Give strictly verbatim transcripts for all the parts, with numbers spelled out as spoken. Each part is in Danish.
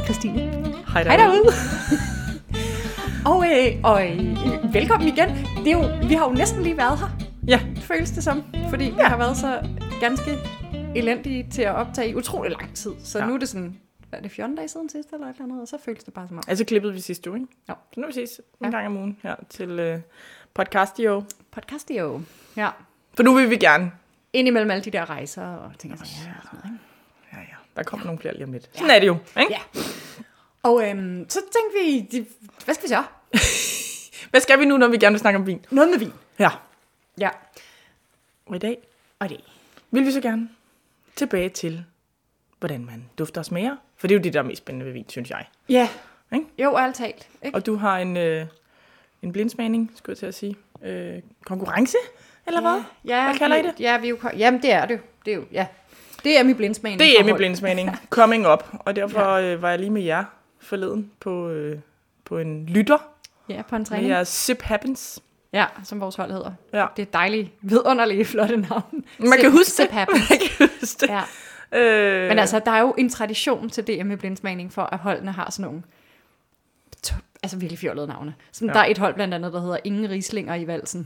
Christine. Hej derude. Hej derude. og øh, og øh, velkommen igen. Det er jo, vi har jo næsten lige været her. Ja. Føles det som. Fordi ja. vi har været så ganske elendige til at optage i utrolig lang tid. Så ja. nu er det sådan, hvad er det, fjorten dage siden sidst eller et eller andet? Og så føles det bare som om. Altså klippede vi sidste uge, ikke? Ja. Så nu vi ses en ja. gang om ugen her til øh, Podcastio. Podcastio. Ja. For nu vil vi gerne. Indimellem alle de der rejser og ting og sager og sådan noget, ikke? Ja, ja. Der kommer nogle flere lige om lidt. Sådan ja. er det jo, ikke? Ja. Og øhm, så tænkte vi, de, hvad skal vi så? Hvad skal vi nu, når vi gerne vil snakke om vin? Noget med vin. Ja. Ja. Og i dag, og i dag vil vi så gerne tilbage til, hvordan man dufter og smager. For det er jo det, der er mest spændende ved vin, synes jeg. Ja. Ikke? Jo, ærligt talt. Ikke? Og du har en, øh, en blindsmagning, skulle jeg til at sige. Øh, konkurrence, eller ja. hvad? Ja, hvad kalder vi, I det? Ja, vi er jo, jamen, det er det jo. Det er jo, ja. Det er min blindsmagning. Det er min blindsmagning. Coming up. Og derfor ja. øh, var jeg lige med jer forleden på, øh, på en lytter. Ja, på en træning. Med jeres Sip Happens. Ja, som vores hold hedder. Ja. Det er dejligt, vidunderlige, flotte navn. Man kan huske Sip Happens. Man kan huske det. Ja. Øh... Men altså, der er jo en tradition til D M i blindsmagning, for at holdene har sådan nogle, altså virkelig fjollede navne. Så ja. Der er et hold blandt andet, der hedder Ingen Rieslinger i valsen.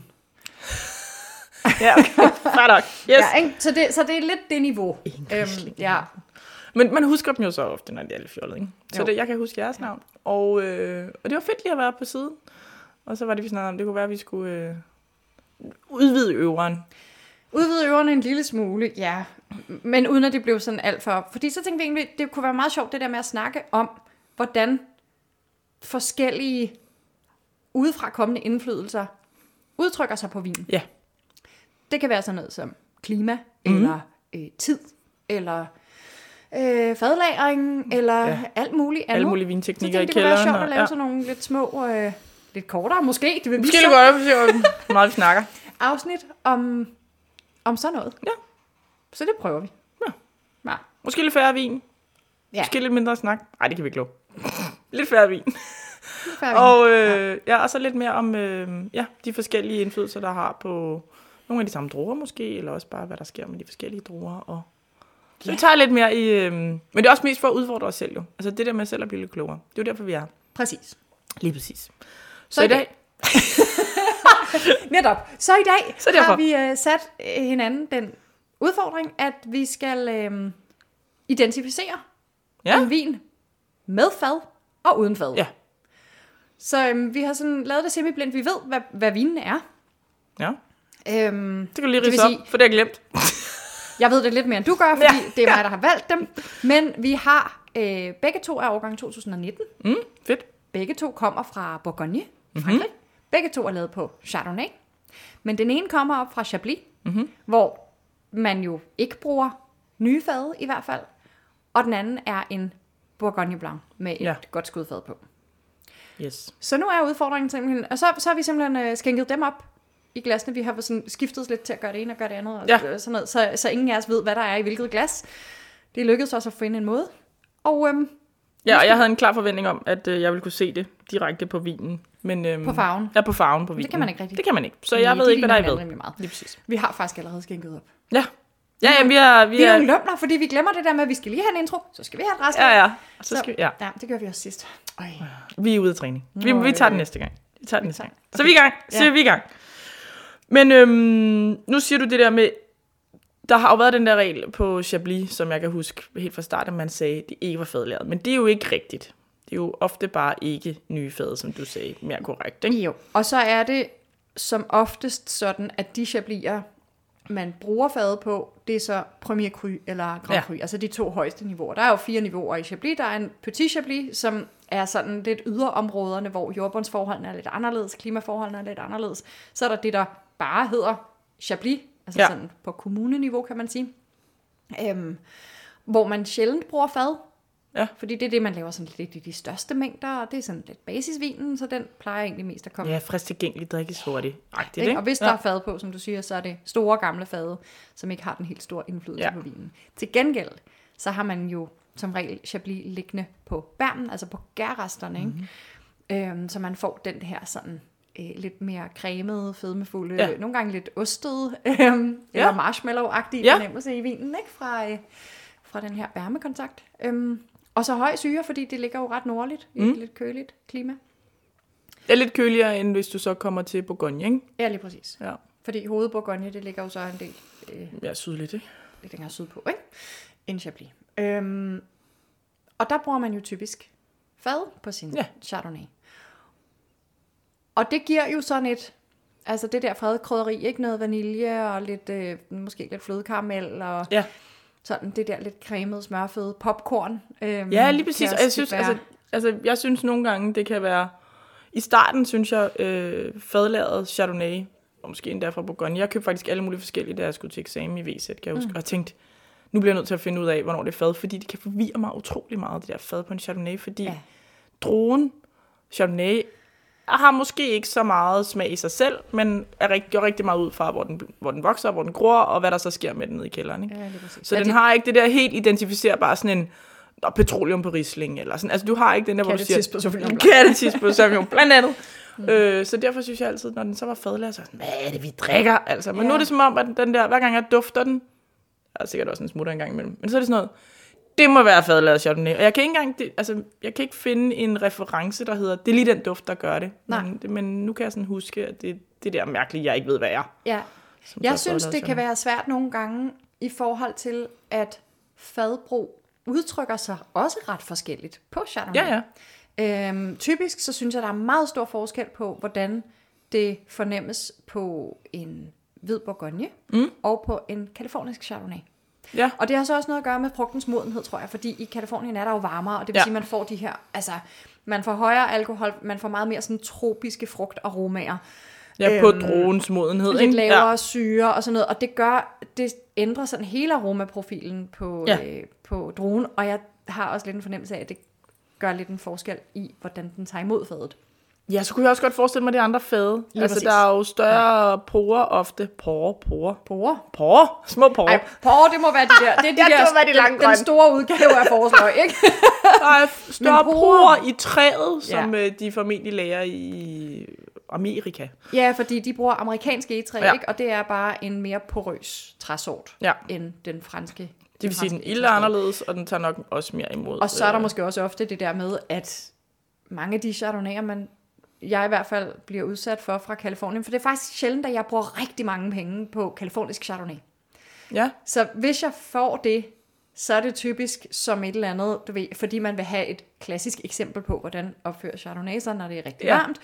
Ja, okay. Fair nok. Yes. Ja, ikke? Så, det, så det er lidt det niveau. Øhm, ja. Men man husker dem jo så ofte, når de er lidt fjollede, ikke? Så det, jeg kan huske jeres navn. Og, øh, og det var fedt lige at være på siden. Og så var det, vi snakkede om, det kunne være, at vi skulle øh, udvide øveren. Udvide øverne en lille smule, ja. Men uden at det blev sådan alt for... Fordi så tænkte vi egentlig, det kunne være meget sjovt, det der med at snakke om, hvordan forskellige udefra kommende indflydelser udtrykker sig på vin. Ja. Det kan være sådan noget som klima, mm-hmm. eller øh, tid, eller øh, fadlagring, mm. eller ja. alt muligt andet. Alle mulige vinteknikker i kælderen. Så det kunne være sjovt at lave ja. sådan nogle lidt små, øh, lidt kortere måske. Det vil måske lidt godt, hvor meget vi snakker. Afsnit om, om sådan noget. Ja. Så det prøver vi. Ja. Ja. Måske lidt færre vin. Ja. Måske lidt mindre snak. Nej, det kan vi ikke love. lidt færre vin. Lidt færre og, vin. Øh, ja. ja, og så lidt mere om øh, ja, de forskellige indflydelser, der har på nogle af de samme druer måske, eller også bare, hvad der sker med de forskellige druer. Og så ja. vi tager lidt mere i... Øh, men det er også mest for at udfordre os selv jo. Altså det der med selv at blive lidt klogere. Det er jo derfor, vi er her. Præcis. Lige præcis. Så, så i dag... Netop. Så i dag så har vi øh, sat øh, hinanden den udfordring, at vi skal øh, identificere ja. en vin med fad og uden fad. Ja. Så øh, vi har sådan lavet det semiblindt. Vi ved, hvad, hvad vinen er. Ja. Øhm, det kan du lige ridse op, sige, for det har jeg glemt. Jeg ved det lidt mere, end du gør, fordi ja. det er mig, der har valgt dem. Men vi har øh, begge to af årgang to tusind nitten. Mm, fedt. Begge to kommer fra Bourgogne, mm-hmm. Frankrig. Begge to er lavet på Chardonnay. Men den ene kommer op fra Chablis, mm-hmm. hvor man jo ikke bruger nye fade i hvert fald. Og den anden er en Bourgogne Blanc med et ja. godt skudfad på. Yes. Så nu er udfordringen simpelthen... Og så, så har vi simpelthen øh, skænket dem op i glasene. Vi har sådan skiftet lidt til at gøre det ene og gøre det andet. Og ja. sådan noget, så, så ingen af os ved, hvad der er i hvilket glas. Det lykkedes også at finde en måde. Og... Øhm, ja, og jeg havde en klar forventning om, at øh, jeg ville kunne se det direkte på vinen. Men, øhm, på farven? Ja, på farven på vinen. Det kan man ikke rigtig. Det kan man ikke. Så jeg Nej, ved ikke, hvad der er i ved. Lige præcis. Vi har faktisk allerede skænket op. Ja. Ja, ja, vi er... Vi, vi er er jo lømler, fordi vi glemmer det der med, at vi skal lige have en intro. Så skal vi have et resten. Ja, ja. Så så, skal vi, ja. ja, det gør vi også sidst. Øj. Vi er ude af træning. Vi, vi tager den næste gang. Vi tager den næste gang. Okay. Så vi er i gang. Så ja. vi er i gang. Men øhm, nu siger du det der med... Der har jo været den der regel på Chablis, som jeg kan huske helt fra starten, man sagde, det ikke var fadlæret. Men det er jo ikke rigtigt. Det er jo ofte bare ikke nye fade, som du sagde, mere korrekt, ikke? Jo, og så er det som oftest sådan, at de Chabliser, man bruger fade på, det er så Premier Cru eller Grand Cru, ja. altså de to højeste niveauer. Der er jo fire niveauer i Chablis. Der er en Petit Chablis, som er sådan lidt yderområderne, hvor jordbundsforholdene er lidt anderledes, klimaforholdene er lidt anderledes. Så er der det, der bare hedder Chablis, altså ja. sådan på kommuneniveau, kan man sige. Øhm, hvor man sjældent bruger fad. Ja. Fordi det er det, man laver sådan lidt i de største mængder, og det er sådan lidt basisvinen, så den plejer egentlig mest at komme. Ja, frisk tilgængelig, drikkes hurtigt. Det, det? Og hvis ja. der er fad på, som du siger, så er det store gamle fade, som ikke har den helt store indflydelse ja. på vinen. Til gengæld, så har man jo som regel Chablis liggende på bærmen, altså på gærresterne, mm-hmm. ikke? Øhm, så man får den her sådan øh, lidt mere cremede, fedmefulde, ja. nogle gange lidt ostede, øh, ja. eller marshmallow-agtige ja. fornemmelse i vinen, ikke? Fra, øh, fra den her varmekontakt. Øhm, Og så høj syre, fordi det ligger jo ret nordligt i mm. et lidt køligt klima. Det er lidt køligere, end hvis du så kommer til Bourgogne, ikke? Ja, lige præcis. Ja. Fordi hovedet Bourgogne, det ligger jo så en del... Øh, ja, sydligt, ikke? Lidt længere sydpå, ikke? End Chablis. Øhm, og der bruger man jo typisk fad på sin ja. Chardonnay. Og det giver jo sådan et... Altså det der frede krydderi, ikke? Noget vanilje og lidt... Øh, måske lidt flødekaramel og... Ja. Sådan det der lidt cremede, smørfede popcorn. Øhm, ja, lige præcis. Og jeg synes, altså, altså, jeg synes nogle gange, det kan være... I starten synes jeg, øh, fadlaget Chardonnay, og måske endda fra Bourgogne, jeg købte faktisk alle mulige forskellige, da jeg skulle til eksamen i V S E T, kan jeg huske, mm. og jeg tænkte, nu bliver jeg nødt til at finde ud af, hvornår det er fad, fordi det kan forvirre mig utrolig meget, det der fad på en Chardonnay, fordi ja. Druen Chardonnay har måske ikke så meget smag i sig selv, men er rigtig, går rigtig meget ud fra, hvor den, hvor den vokser, hvor den gror, og hvad der så sker med den nede i kælderen. Ikke? Ja, så den det... har ikke det der helt identificerbare sådan en og petroleum på Riesling, eller sådan. Altså, du har ikke den der, hvor du siger... på Sauvignon Blanc. Kattetis på Sauvignon blandt andet. Mm. Øh, så derfor synes jeg altid, når den så var fadlaget, så sådan, hvad er det, vi drikker? Altså, men ja. Nu er det som om, at den der, hver gang jeg dufter den, der er sikkert også en smutter en gang imellem, men så er det sådan noget, det må være fadlaget Chardonnay. Og jeg kan ikke engang, det, altså, jeg kan ikke finde en reference, der hedder, det er lige den duft, der gør det. Men, det, men nu kan jeg sådan huske, at det, det der mærkelige, jeg ikke ved, hvad er. Ja, jeg synes, det kan være svært nogle gange, i forhold til, at fadbrug udtrykker sig også ret forskelligt på Chardonnay. Ja, ja. Øhm, typisk så synes jeg, der er meget stor forskel på, hvordan det fornemmes på en hvid Bourgogne mm. og på en kalifornisk Chardonnay. Ja. Og det har så også noget at gøre med frugtens modenhed, tror jeg, fordi i Kalifornien er der jo varmere, og det vil ja. sige, at man får de her, altså, man får højere alkohol, man får meget mere sådan tropiske frugtaromaer. Ja, på øhm, druens modenhed. Lidt ikke? lavere ja. syre og sådan noget, og det gør, det ændrer sådan hele aromaprofilen på, ja. øh, på druen, og jeg har også lidt en fornemmelse af, at det gør lidt en forskel i, hvordan den tager imod fadet. Ja, så kunne jeg også godt forestille mig det andre fade. Lige altså, præcis. Der er jo større ja. porer ofte. Porer, porer. Porer? Porer? Små porer. Ej, porer, det må være de der. Det er de ja, der, det de den, den store udgave af forårsløg, ikke? Der er større porer i træet, som ja. de formentlig lærer i Amerika. Ja, fordi de bruger amerikansk egetræ, ja. ikke? Og det er bare en mere porøs træsort, ja. end den franske. Det vil sige, den ilde er anderledes, og den tager nok også mere imod. Og så er der måske også ofte det der med, at mange af de chardonnayer, man, jeg i hvert fald bliver udsat for fra Kalifornien, for det er faktisk sjældent, at jeg bruger rigtig mange penge på kalifornisk chardonnay. Ja. Så hvis jeg får det, så er det typisk som et eller andet, du ved, fordi man vil have et klassisk eksempel på, hvordan opfører chardonnay sig, når det er rigtig ja. varmt.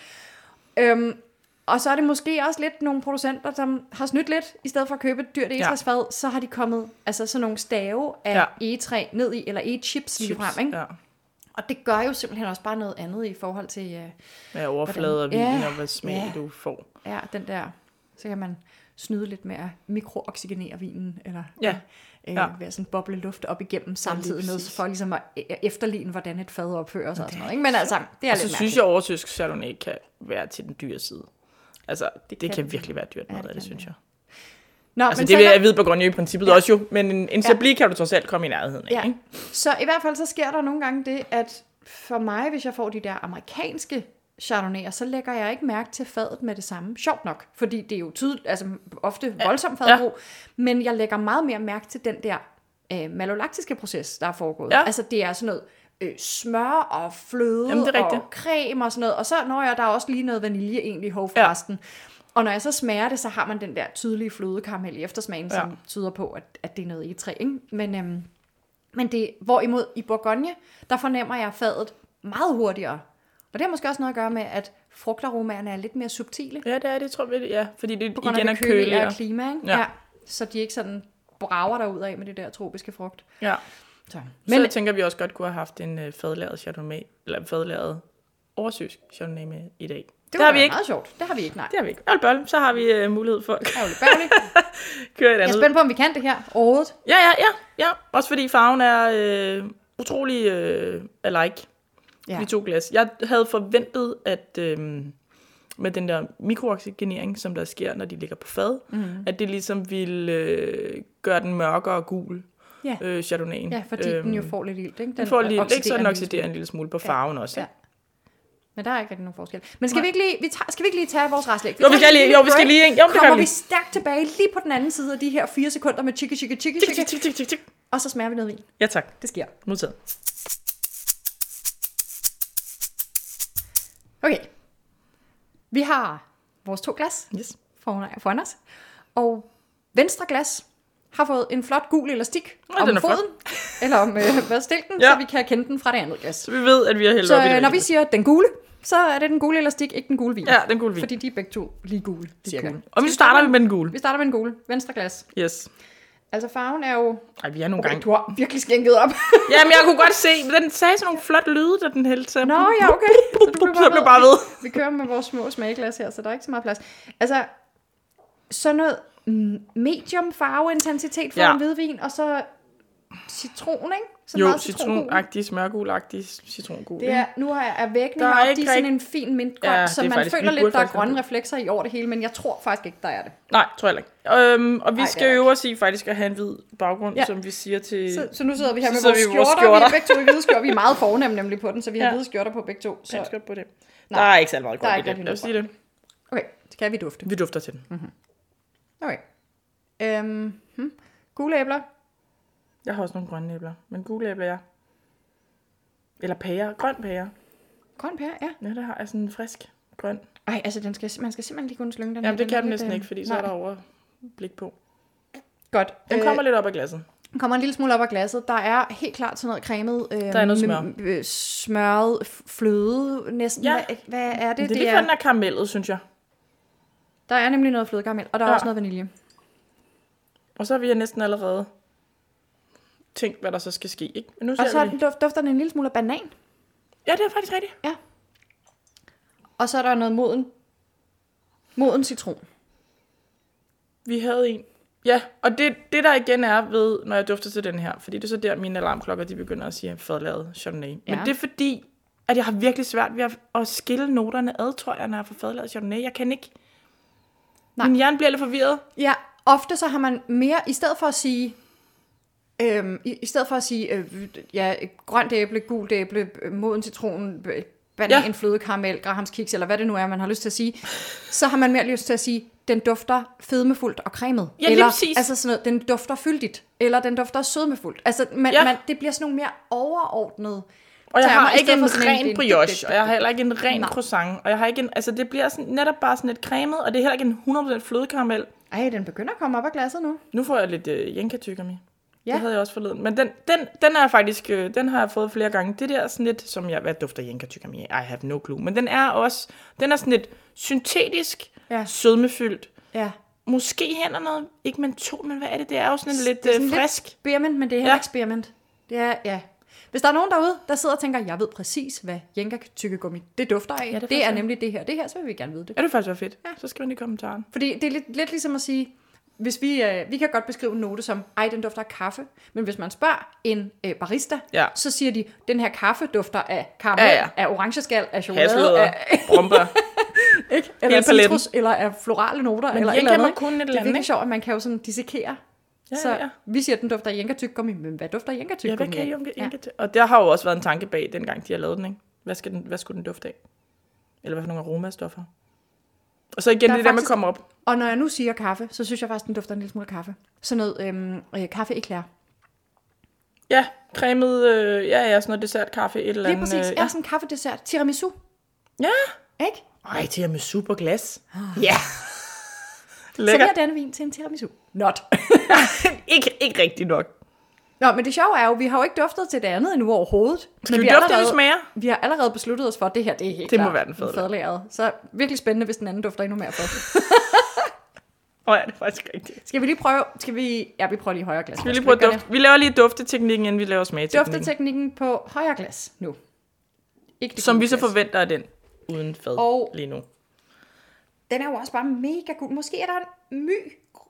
Øhm, og så er det måske også lidt nogle producenter, som har snydt lidt, i stedet for at købe et dyrt egetræsfad, ja. så har de kommet altså sådan nogle stave af ja. egetræ ned i, eller egechips lige frem, ikke? Ja. Og det gør jo simpelthen også bare noget andet i forhold til... Uh, ja, overflade og vin, ja, og hvad smag ja. du får. Ja, den der, så kan man snyde lidt med at mikrooxygenere vinen, eller ja. øh, ja. ved at sådan boble luft op igennem samtidig med, for ligesom at efterligne, hvordan et fad opfører sig og sådan noget. Ikke? Men altså, det er og lidt så mærkeligt. synes jeg, at overtysk chardonnay kan være til den dyre side. Altså, det, det kan, kan virkelig være dyrt noget ja, af det, synes jeg. Nå, altså, men det vil der... jeg vide Bourgogne i princippet ja. også jo, men en, en Chablis ja. kan du trods alt komme i nærheden af, ja. ikke? Så i hvert fald så sker der nogle gange det, at for mig, hvis jeg får de der amerikanske chardonnayer, så lægger jeg ikke mærke til fadet med det samme. Sjovt nok, fordi det er jo tydeligt, altså ofte voldsom fadbrug, ja. men jeg lægger meget mere mærke til den der øh, malolaktiske proces, der er foregået. Ja. Altså det er sådan noget øh, smør og fløde Jamen, og creme og sådan noget, og så når jeg der er også lige noget vanilje egentlig i hovforresten. Ja. Og når jeg så smager det, så har man den der tydelige flødekaramel i eftersmagen, ja. som tyder på, at, at det er noget egetræ, ikke? Men, øhm, men det, hvorimod i Bourgogne, der fornemmer jeg fadet meget hurtigere. Og det har måske også noget at gøre med, at frugtaromaerne er lidt mere subtile. Ja, det er det, tror jeg. Ja, fordi det på grund igen af er køligere. Og klima, ikke? Ja. Ja. Så de ikke sådan brager derud af med det der tropiske frugt. Ja. Så, men, så jeg tænker vi også godt kunne have haft en uh, fadlaget chardonnay, eller fadlaget oversysk chardonnay med i dag. Det, det har vi ikke. Meget sjovt. Det har vi ikke, nej. Det har vi ikke. Ølbøl, så har vi uh, mulighed for at køre et andet. Jeg er spændt på, om vi kan det her overhovedet. Ja, ja, ja. ja. Også fordi farven er øh, utrolig øh, alike. Ja. De to glas. Jeg havde forventet, at øh, med den der mikrooxygenering, som der sker, når de ligger på fad, mm. at det ligesom ville øh, gøre den mørkere og gul, ja. øh, chardonnayen. Ja, fordi øhm, den jo får lidt ild, ikke? Den, den får lidt ild, så den oxiderer en lille smule på farven ja. også. Ja. Men der er ikke rigtig nogen forskel. Men skal, vi ikke, lige, vi tager, skal vi ikke lige tage vores restlæg? Jo, vi skal lige, jo, vi skal lige. Jo, kommer vi stærkt tilbage lige på den anden side af de her fire sekunder med chikke, chikke, chikke, chikke. Og så smager vi noget vin. Ja, tak. Det sker. Modtaget. Okay. Vi har vores to glas Yes. foran, foran os. Og venstre glas har fået en flot gul elastik Ja, om den er foden. flot. Eller om øh, hvad stilken, Ja. så vi kan kende den fra det andet glas. Så vi ved, at vi har hældt Så op i det øh, når vi rigtige. siger den gule, så er det den gule elastik, ikke den gule vin. Ja, den gule vin. Fordi de er begge to lige gule, cirka. Cool. Og vi starter med den gule. Vi starter med den gule. Venstre glas. Yes. Altså farven er jo... Ej, vi er nogle Okay, gange... du har virkelig skænket op. Jamen, jeg kunne godt se, den sagde sådan nogle flotte lyde, da den hældte sig. Nå, ja, okay. Så du blev Så jeg blev bare ved. Vi, vi kører med vores små smageglas her, så der er ikke så meget plads. Altså, sådan noget medium farveintensitet for Ja. en hvidvin, og så citron, ikke? Så Jo, meget citrongul. citronagtig, smørgulagtig citron-gul. Det er, nu er, er væggene Der er heroppe, ikke de er sådan rigt- en fin mintgrøn, Ja, ja, så det er man faktisk- føler vi lidt, burde der er faktisk have grønne det. reflekser i over det hele, men jeg tror faktisk ikke, der er det. Nej, tror jeg ikke. Øhm, og vi Ej, skal det er øve os i faktisk at have en hvid baggrund, Ja. ja. som vi siger til... Så, så nu sidder vi her Så med sidder vores vi i vores skjorter, vi er skjorter. begge to i hvide skjorter, vi er meget fornemme nemlig på den, så vi har Ja. hvide skjorter på begge to. Så... Så. Jeg skal på det. Nej, Der er ikke særlig meget der er grund i ikke det. rigtig Lad os sige det. Okay, så kan vi dufte. Vi dufter til den. Mm. Okay. Øhm, hmm. Gule æbler. Jeg har også nogle grønne æbler, men gule æbler, ja. Eller pære. Grøn pære. Grøn pære, ja. Ja, der har jeg sådan en frisk grøn. Ej, altså den skal, man skal simpelthen lige kunne slynge den. Jamen, her. det kan er den lidt, næsten øh, ikke, fordi så nej. er der overblik på. Godt. Den kommer lidt op af glasset. Den kommer en lille smule op af glasset. Der er helt klart sådan noget cremet. Øh, Der er noget smør. med, øh, smørret f- fløde næsten. Ja. Hvad, hvad er det? Det, det er det lige for den er karamellet, synes jeg. Der er nemlig noget flødekaramel, og der er Ja. også noget vanilje. Og så har vi næsten allerede tænkt, hvad der så skal ske. Ikke? Men nu Og ser så vi... duft- dufter den en lille smule af banan. Ja, det er faktisk rigtigt. Ja. Og så er der noget moden. Moden citron. Vi havde en. Ja, og det, det der igen er ved, når jeg dufter til den her, fordi det er så der, mine alarmklokker, de begynder at sige, fadlaget Chardonnay. Ja. Ja. Men det er fordi, at jeg har virkelig svært ved at, at skille noterne ad, tror jeg, når jeg får fadlaget Chardonnay. Jeg kan ikke... Nej. Min hjerne bliver lidt forvirret. Ja, ofte så har man mere, i stedet for at sige, øhm, i, i stedet for at sige, øh, ja, grønt æble, gult æble, øh, moden citron, øh, banan, Ja. ja. flødekaramel, grahamskiks, eller hvad det nu er, man har lyst til at sige, så har man mere lyst til at sige, den dufter fedmefuldt og cremet. Ja, lige eller, præcis. altså sådan noget, den dufter fyldigt, eller den dufter sødmefuldt. Altså, man, Ja. ja. man, det bliver sådan nogle mere overordnede. Og jeg termer, har i ikke stedet en for sådan ren det- brioche, det- det- og jeg har heller ikke en ren Nej. croissant, og jeg har ikke en... Altså, det bliver sådan, netop bare sådan lidt cremet, og det er heller ikke en hundrede procent flødekaramel. Ej, den begynder at komme op af glasset nu. Nu får jeg lidt øh, jenka-tyggegummi. Ja. Det havde jeg også forleden. Men den, den, den er faktisk, øh, den har jeg fået flere gange. Det der er sådan lidt, som jeg, hvad dufter jenka-tyggegummi? I have no clue. Men den er også, den er sådan lidt syntetisk, Ja. sødmefyldt. Ja. Måske hen og noget, ikke mentol, men hvad er det? Det er jo sådan lidt Det er sådan øh, lidt frisk. Spearmint, men det er heller Ja. ja. ikke spearmint. Det er, ja. Hvis der er nogen derude, der sidder og tænker, jeg ved præcis, hvad jenka tyggegummi det dufter af. Ja, det Ja, er det, det er faktisk- nemlig det her. Det her, så vil vi gerne vide det. Ja, det vil faktisk være fedt. Ja. Så skriv den i kommentaren. Fordi det er lidt, lidt ligesom at sige, hvis vi, øh, vi kan godt beskrive en note som, ej, den dufter af kaffe. Men hvis man spørger en øh, barista, Ja. så siger de, den her kaffe dufter af karamel, Ja, ja, ja. ja. af orangeskal, af chokolade, Hasselødder, af, brumbær. ikke? Eller af paletten. citrus, eller af florale noter, Men eller et jenka eller må andet. kunne et Det eller er andet, virkelig ikke? sjovt, at man kan jo sådan dissekere. Ja, Så ja. vi siger, at den dufter af jenka tyggegummi, men hvad dufter jenka Ja, tyggegummi hvad kan af? jenka, jenka til? Og der har jo også været en tanke bag, dengang de har lavet den, ikke? Hvad, skal den, hvad skulle den dufte af? Eller hvad for nogle aromastoffer? Og så igen Der er det der med at faktisk- komme op. Og når jeg nu siger kaffe, så synes jeg faktisk, den dufter en lille smule af kaffe. Sådan noget øhm, øh, kaffe eclair. Ja, cremet, øh, ja, ja, sådan noget dessertkaffe, et eller Lige andet. præcis. øh, Ja, sådan en kaffedessert. Tiramisu. Ja. Ikke? Ej, tiramisu på glas. Ja. Så Lækker. bliver denne vin til en tiramisu. Not. ikke, ikke rigtigt nok. Nå, men det sjove er jo, vi har jo ikke duftet til det andet endnu overhovedet. Skal men vi har dufte, det allerede- smager? Vi har allerede besluttet os for, at det her, det er helt Det må klart være den fadlærede. fadlærede. Så virkelig spændende, hvis den anden dufter endnu mere for. Åh oh, ja, det er faktisk rigtigt. Skal vi lige prøve? Skal vi... Ja, vi prøver lige højere glas. Skal vi lige prøve at dufte? Vi laver lige dufteteknikken, inden vi laver smagteknikken. Dufteteknikken på højere glas nu. Ikke det Som gule vi så glas. forventer af den uden fad Og- lige nu. Den er jo også bare mega god. Måske er der en my.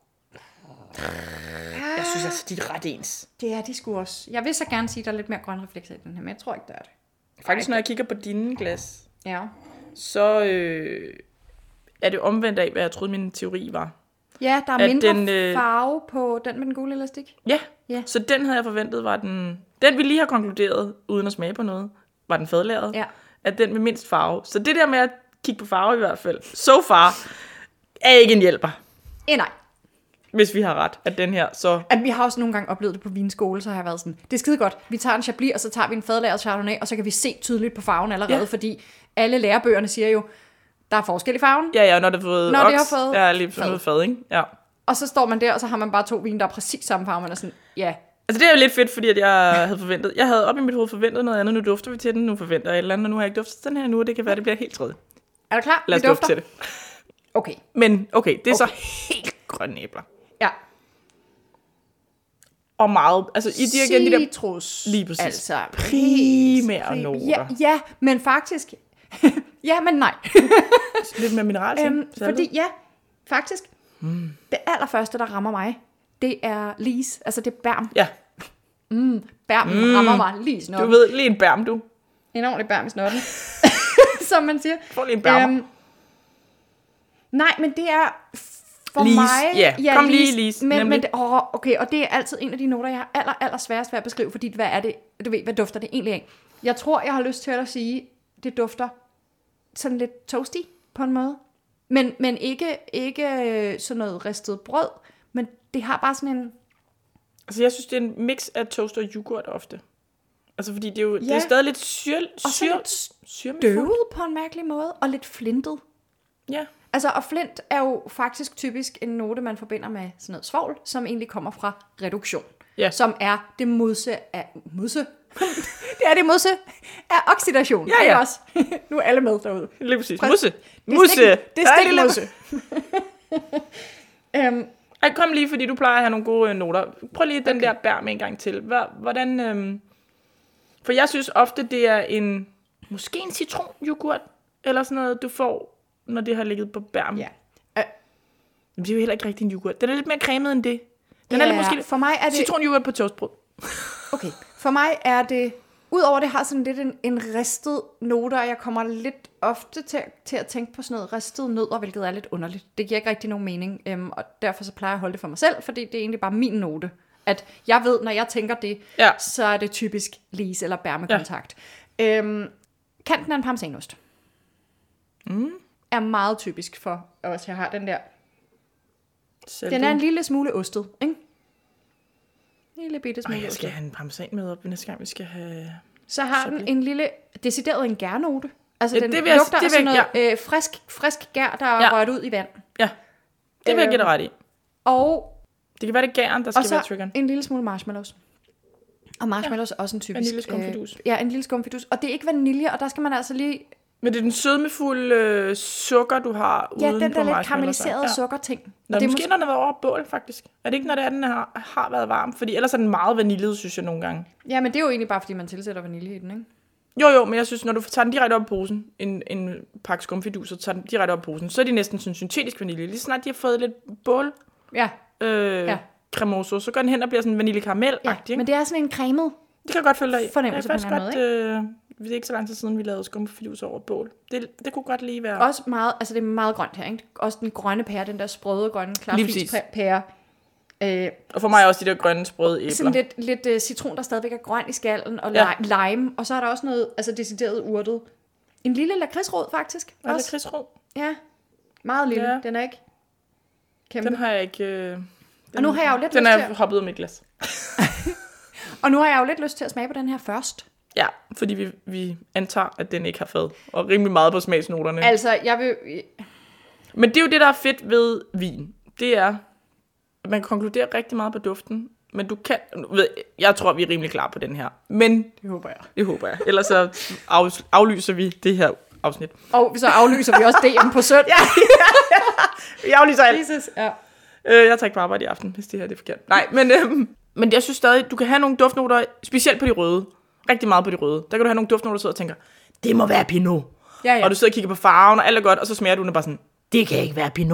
Jeg synes altså, de er ret ens. Det er de sgu også. Jeg vil så gerne sige, at der er lidt mere grøn reflekser i den her, men jeg tror ikke, der er det. Faktisk, når jeg kigger på dine glas, Ja. så øh, er det omvendt af, hvad jeg troede, min teori var. Ja, der er At mindre den, den, øh, øh... farve på den med den gule elastik. Ja, Ja. så den havde jeg forventet var den... Den vi lige har konkluderet, uden at smage på noget, var den fadlærede. Ja. At den med mindst farve. Så det der med at kigge på farve i hvert fald, so far, er ikke en hjælper. Eh, nej. Hvis vi har ret, at den her så... At vi har også nogle gange oplevet det på vinskole, så har jeg været sådan, det er skide godt. Vi tager en Chablis, og så tager vi en fadlagret Chardonnay, og så kan vi se tydeligt på farven allerede, Ja. ja. fordi alle lærebøgerne siger jo, der er forskel i farven. Ja, ja, når det har fået Når oks, det har fået ja, lige fad. noget fad, ikke? Ja. Og så står man der, og så har man bare to vine, der er præcis samme farve. Man er sådan, ja. Altså det er jo lidt fedt, fordi at jeg havde forventet, jeg havde op i mit hoved forventet noget andet, nu dufter vi til den, nu forventer jeg et eller andet, og nu har jeg ikke duftet den her nu, og det kan være, det bliver helt tredje. Er du klar? Lad os Vi dufte dufter. til det. Okay. Men okay, det er Okay. så helt grønne æbler. Ja. Og meget, altså i de igen de der Citrus. lige præcis. Altså, primære helt- noter. Ja, ja, men faktisk... ja, men nej. Lidt mere mineral til. øhm, fordi ja, faktisk, mm. det allerførste, der rammer mig, det er lis. Altså det er bærm. Ja, Bærmen mm. rammer mig lige i du snotten. ved, lige en bærm, du. En ordentlig bærm i snotten. Som man siger. Får lige en bærmer. Øhm, nej, men det er for Lis, mig... ja. Kom lige, Lis, Men, nemlig. men det, åh, okay, og det er altid en af de noter, jeg har aller, aller sværest ved at beskrive, fordi hvad er det, du ved, hvad dufter det egentlig af? Jeg tror, jeg har lyst til at sige, det dufter sådan lidt toasty på en måde. Men, men ikke, ikke øh, sådan noget ristet brød, men det har bare sådan en... Altså jeg synes, det er en mix af toast og yoghurt ofte. Altså fordi det er jo Ja. det er stadig lidt syr, Og så syr, lidt syrmefuldt. døvet på en mærkelig måde, og lidt flintet. Ja. Altså, og flint er jo faktisk typisk en note, man forbinder med sådan noget svovl, som egentlig kommer fra reduktion. Ja. Som er det modse af... Modse? det er det modse af oxidation. Ja, ja. Ikke også? Nu er alle med derude. Lige præcis. Præcis. Musse. Det er Musse. stik- det er Nej, stik lidt- modse. øhm, Ej, kom lige, fordi du plejer at have nogle gode øh, noter. Prøv lige den okay. der bærm en gang til. Hvad, hvordan... Øhm... For jeg synes ofte, det er en... Måske en citronyoghurt, eller sådan noget, du får, når det har ligget på bærm. ja. Øh, Men det er jo heller ikke rigtig en yoghurt. Den er lidt mere cremet end det. Den ja, er lidt måske for mig er det... citronyoghurt på toastbrød. Okay, for mig er det... Udover det har sådan lidt en, en ristet note, og jeg kommer lidt ofte til, til at tænke på sådan noget ristet nødder, hvilket er lidt underligt. Det giver ikke rigtig nogen mening, øhm, og derfor så plejer jeg at holde det for mig selv, fordi det er egentlig bare min note. At jeg ved, når jeg tænker det, Ja. så er det typisk lis eller bærmekontakt. Ja. Øhm, kanten af en parmesanost. Mm. Er meget typisk for os. Jeg har den der. Saltet. Den er en lille smule ostet, ikke? En lille bitte smule Ej, jeg skal ostet. have en parmesan med op næste gang, vi skal have... Så har den en lille, decideret en gærnote. Altså Ja, den det vil jeg- lugter det af sådan vil noget jeg- øh, frisk, frisk gær, der er Ja. rørt ud i vand. Ja, det vil jeg give dig Øhm, ret i. Og, Det kan være, det er gæren, der skal og være så triggeren. en lille smule marshmallows. Og marshmallows ja. er også en typisk... Vaniljeskumfidus. Øh, ja, en lille skumfidus. Og det er ikke vanilje, og der skal man altså lige... Men det er den sødmefulde øh, sukker, du har Ja, uden den på der lidt marshmallows. karamelliserede Ja. sukkerting. Nå, Og det er måske når den har været over bål, faktisk. Er det ikke, når det er, den har, har været varm? Fordi ellers er den meget vaniljet, synes jeg nogle gange. Ja, men det er jo egentlig bare, fordi man tilsætter vanilje i den, ikke? Jo, jo, men jeg synes, når du tager den direkte op i posen, en, en pakke skumfidus, og tager den direkte op i posen, så er de næsten sådan syntetisk vanilje. Lige snart de har fået lidt bål, Ja, øh, Ja. cremoso, så går den hen og bliver sådan vanilje-karamel-agtig. ja. ikke? men det er sådan en cremet. Det kan jeg godt følge dig i. Fornemmelse det er på en faktisk eller anden godt, øh, det er ikke så lang tid siden, vi lavede skumfidus over bål. Det, det kunne godt lige være... Også meget, altså det er meget grønt her, ikke? Også den grønne pære, den der sprøde grønne Lige præcis. klarfis-pære. Øh, Og for mig også de der grønne sprøde æbler. sådan lidt, lidt uh, citron, der stadigvæk er grøn i skallen, og Ja. ja. lime, og så er der også noget, altså decideret urtet. En lille lakridsrod, faktisk. Og det også. krigsrå. Ja, meget lille. Ja. Ja. Den er ikke kæmpe. Den har jeg ikke... Øh, den, Og nu har jeg jo lidt Den lyst er til at- hoppet ud af mit glas. Og nu har jeg jo lidt lyst til at smage på den her først. Ja, fordi vi, vi antager, at den ikke har fad. Og rimelig meget på smagsnoterne. Altså, jeg vil... Men det er jo det, der er fedt ved vin. Det er, at man kan konkludere rigtig meget på duften. Men du kan... Ved, jeg tror, vi er rimelig klar på den her. Men Det håber jeg. det håber jeg. Ellers så af, aflyser vi det her afsnit. Og så aflyser vi også D M på søndag. Ja, Vi aflyser alt. Jesus. Ja. Øh, jeg tager ikke på arbejde i aften, hvis det her det er forkert. Nej, men, øhm, men jeg synes stadig, du kan have nogle duftnoter, specielt på de røde. Rigtig meget på de røde. Der kan du have nogle duftnoter, der sidder og tænker, det må være Pinot. Ja, ja. Og du sidder og kigger på farven, og alt er godt, og så smager du den bare sådan, det kan ikke være Pinot.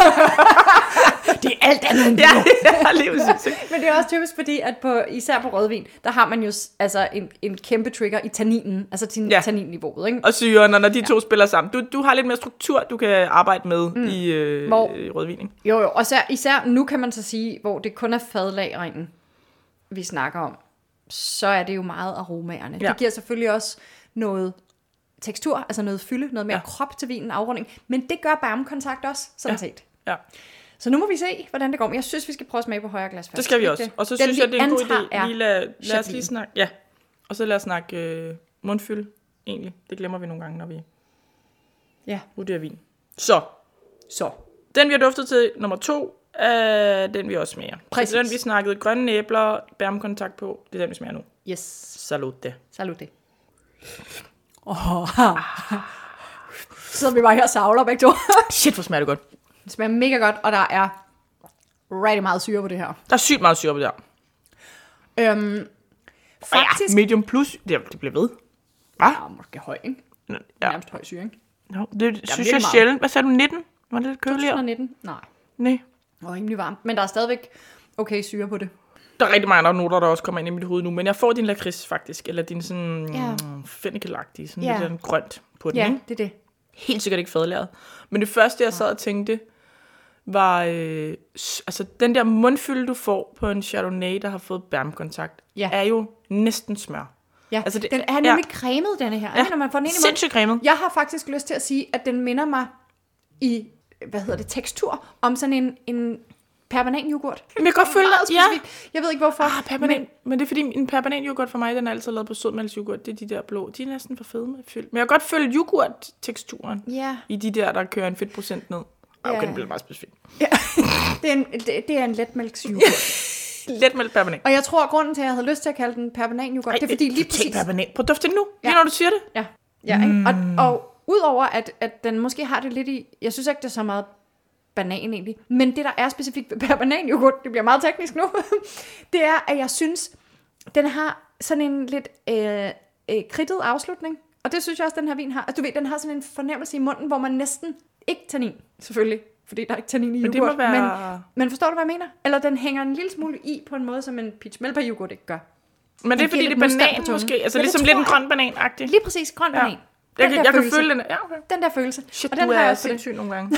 Det er alt andet end ja, ja, lige præcis. Ikke? Men det er også typisk fordi, at på, især på rødvin, der har man jo s- altså en, en kæmpe trigger i tanninen, altså tin, Ja. ja. tanninniveauet, ikke? Og syren, og når de ja. to spiller sammen. Du, du har lidt mere struktur, du kan arbejde med mm. i, øh, Hvor- i rødvin. Ikke? Jo, jo, og især, især nu kan man så sige, hvor det kun er fadlagringen, vi snakker om, så er det jo meget aromaerne. Ja. Det giver selvfølgelig også noget tekstur, altså noget fylde, noget mere Ja. ja. krop til vinen, afrunding, men det gør bærmekontakt også, sådan Ja. set. Ja. Så nu må vi se, hvordan det går. Men jeg synes, vi skal prøve at smage på højere glas først. Det skal vi Ikke også. det? Og så Den, synes jeg, vi det er en god antager, idé. er Lige lad, lad os Chablis. lige snakke, ja. Og så lad os snakke øh, mundfylde, egentlig. Det glemmer vi nogle gange, når vi Ja. Vurderer vin. Så. Så. Den, vi har duftet til nummer to, er den, vi også smager. Præcis. Så den, vi snakkede grønne æbler, bærmkontakt på, det er den, vi smager nu. Yes. Salute. Salute. Oh. Så vi bare her og savler begge to. Shit, hvor smager det godt. Det smager mega godt, og der er rigtig meget syre på det her. Der er sygt meget syre på det her. Øhm, faktisk... Ja, medium plus, det, det bliver ved. Hvad? Ja, måske høj, ikke? Ja. Nærmest høj syre, ikke? No, det synes jeg meget. sjældent. Hvad sagde du, nitten? Var det lidt to tusind køligere? og nitten? Nej. Nej. Og rimelig varmt. Men der er stadigvæk okay syre på det. Der er rigtig mange andre noter, der også kommer ind i mit hoved nu, men jeg får din lakrids faktisk, eller din sådan Ja. mm, fennikelagtige, sådan Ja. lidt sådan grønt på den, Ja, ikke? det er det. Helt sikkert ikke fadlæret. Men det første, jeg sad og tænkte, var, øh, s- altså den der mundfylde, du får på en Chardonnay, der har fået bærmkontakt, Ja. er jo næsten smør. Ja, Altså, altså det- den er nemlig ja. cremet, denne her. Ja. Når man får den ind i munden. Sindssygt cremet. Jeg har faktisk lyst til at sige, at den minder mig i, hvad hedder det, tekstur, om sådan en, en perbananyoghurt. Men jeg kan godt føle Meget det, ja. specifikt. Jeg ved ikke hvorfor. Ah, permanent. Men, men det er fordi, en permanent-yoghurt for mig, den er altid lavet på sødmælksyoghurt. Det er de der blå. De er næsten for fede med fyld. Men jeg kan godt føle yoghurt-teksturen Ja. i de der, der kører en fedtprocent ned. Okay, Ja. den bliver meget specifik. Ja. det, er en, det, det er en letmælksyoghurt. Letmælk permanent. Og jeg tror, at grunden til, at jeg havde lyst til at kalde den perbananyoghurt, det er fordi lige præcis... permanent. Prøv at dufte det nu, lige Ja. når du siger det. Ja, ja ikke? Og, og udover at, at den måske har det lidt i... Jeg synes ikke, det er så meget banan egentlig. Men det, der er specifikt ved perbananyoghurt, det bliver meget teknisk nu, det er, at jeg synes, den har sådan en lidt øh, øh, kridtet afslutning. Og det synes jeg også, den her vin har. Altså du ved, den har sådan en fornemmelse i munden, hvor man næsten... Ikke tannin, selvfølgelig. Fordi der er ikke tannin i Men yoghurt. det må være... Men, men forstår du, hvad jeg mener? Eller den hænger en lille smule i på en måde, som en peach melba yoghurt ikke gør. Men det er Den fordi, giver det lidt er modstand på banan tungen. måske. Altså Ja, det ligesom tror lidt en jeg. grøn banan-agtig. Lige præcis, grøn Ja. banan. Den Jeg, der kan, jeg kan følelse. føle den. Ja, okay. Den der følelse. Shit, og den du har jeg er også på det. sindssyg nogle gange.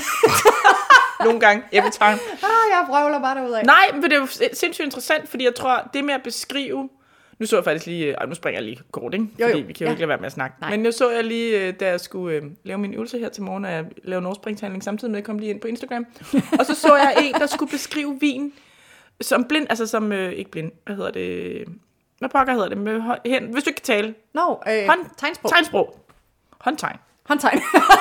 nogle gange. Every time. Ah, jeg vrøvler bare derudad. Nej, men det er jo sindssygt interessant, fordi jeg tror, det med at beskrive... Nu så jeg faktisk lige... Ej, nu springer jeg lige kort, ikke? Jo, jo. Fordi vi kan jo Ja. ikke lade være med at snakke. Nej. Men jeg så jeg lige, øh, da jeg skulle øh, lave min øvelse her til morgen, og jeg lavede en overspringshandling samtidig med, at jeg kom lige ind på Instagram. og så så jeg en, der skulle beskrive vin som blind... Altså som... Øh, ikke blind. Hvad hedder det? Hvad pokker hedder det? Med hånd, hen, hvis du ikke kan tale. Nå, øh, Hånd, tegnsprog. Tegnsprog. Håndtegn. Håndtegn.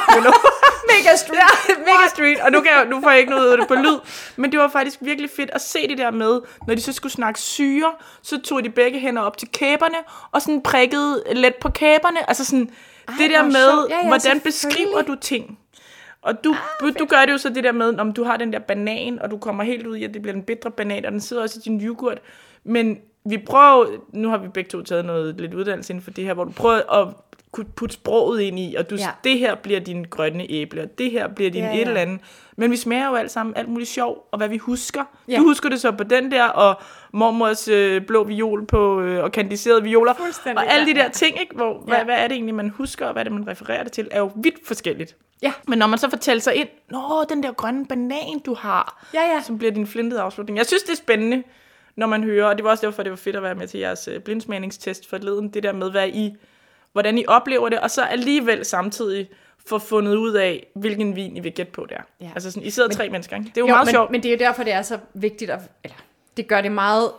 Mega street. Ja, mega street. Og nu, kan jeg, nu får jeg ikke noget ud af det på lyd. Men det var faktisk virkelig fedt at se det der med, når de så skulle snakke syre, så tog de begge hænder op til kæberne, og sådan prikkede let på kæberne. Altså sådan, Ej, det der hvor med, sjovt. Ja, ja, hvordan selvfølgelig. beskriver du ting? Og du, ah, du gør det jo så det der med, om du har den der banan, og du kommer helt ud i, at det bliver den bitre banan, og den sidder også i din yoghurt. Men vi prøver, nu har vi begge to taget noget lidt uddannelse inden for det her, hvor du prøver at kunne putte sproget ind i, og du, Ja. det her bliver din grønne æble, og det her bliver din Ja, ja, ja. ja. et eller andet. Men vi smager jo alt sammen alt muligt sjov, og hvad vi husker. Ja. Du husker det så på den der, og mormors øh, blå viol på, øh, og kandiserede violer, Fuldstændig, og alle de ja, der ja. ting, ikke? Hvor, Ja. hvad, hvad er det egentlig, man husker, og hvad er det, man refererer det til, er jo vidt forskelligt. Ja. Men når man så fortæller sig ind, nå, den der grønne banan, du har, Ja, ja. som bliver din flintede afslutning. Jeg synes, det er spændende, når man hører, og det var også derfor, det var fedt at være med til jeres øh, blindsmagningstest forleden, det der med, hvad I, hvordan I oplever det, og så alligevel samtidig få fundet ud af, hvilken vin I vil gætte på der. Ja. Altså sådan, I sidder men, tre mennesker, ikke? Det er jo, Jo, meget men, sjovt. men det er jo derfor, det er så vigtigt, at, eller det gør det meget,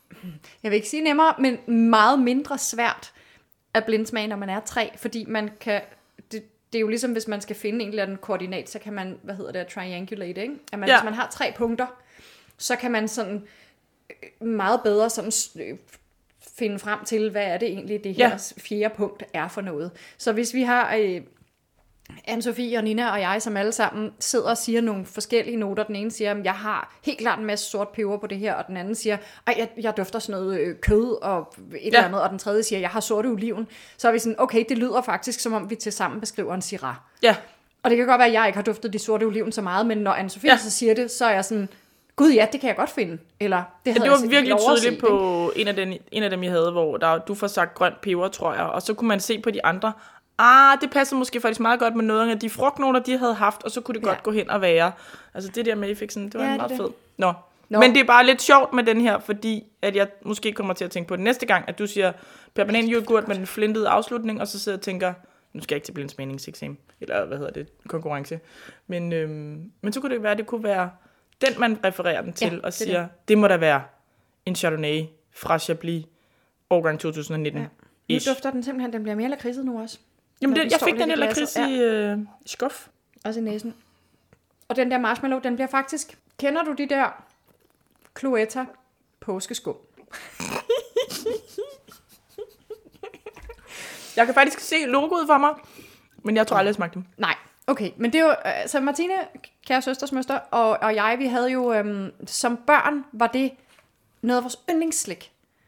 jeg vil ikke sige nemmere, men meget mindre svært at blindsmage, når man er tre, fordi man kan, det, det er jo ligesom, hvis man skal finde en eller anden koordinat, så kan man, hvad hedder det, triangulate, ikke? At man, Ja. hvis man har tre punkter, så kan man sådan øh, meget bedre sådan øh, finde frem til, hvad er det egentlig, det her Ja. fjerde punkt er for noget. Så hvis vi har øh, Anne-Sophie og Nina og jeg, som alle sammen sidder og siger nogle forskellige noter. Den ene siger, at jeg har helt klart en masse sort peber på det her, og den anden siger, at jeg, jeg dufter sådan noget øh, kød og et ja. eller andet, og den tredje siger, at jeg har sorte oliven. Så er vi sådan, okay, det lyder faktisk, som om vi til sammen beskriver en Syrah. Ja. Og det kan godt være, at jeg ikke har duftet de sorte oliven så meget, men når Anne-Sophie Ja. så siger det, så er jeg sådan, gud ja, det kan jeg godt finde. Eller, det, Ja, havde det var jeg virkelig overset, tydeligt ikke? på en af, den, en af dem, jeg havde, hvor der, du får sagt grønt peber, tror jeg, og så kunne man se på de andre, ah, det passer måske faktisk meget godt med noget af de frugtnoter, de havde haft, og så kunne det Ja. godt gå hen og være. Altså det der med, I fik sådan, det var Ja, ja, det er meget det. fedt. Nå. Nå. Men det er bare lidt sjovt med den her, fordi at jeg måske kommer til at tænke på det næste gang, at du siger permanent yoghurt med den flintede afslutning, og så sidder jeg og tænker, nu skal jeg ikke til blindsmagningseksamen, eller hvad hedder det, konkurrence. Men, øhm, men så kunne det være, at det kunne være den, man refererer den til, Ja, og det er siger, det. det må da være en Chardonnay fra Chablis, årgang to tusind nitten. Ja. Nu Ish. dufter den simpelthen, den bliver mere lakridset nu også. Jamen, når det, de jeg står fik lidt den i der glasset. lakrids i øh, skuff. Også i næsen. Og den der marshmallow, den bliver faktisk... Kender du de der Cloetta påskeskum? Jeg kan faktisk se logoet for mig, men jeg tror aldrig, jeg smagte dem. Nej, okay. Men det er jo... Altså, Martine, kære søsters møster, og, og jeg, vi havde jo... Øhm, som børn var det noget af vores yndlingsslik.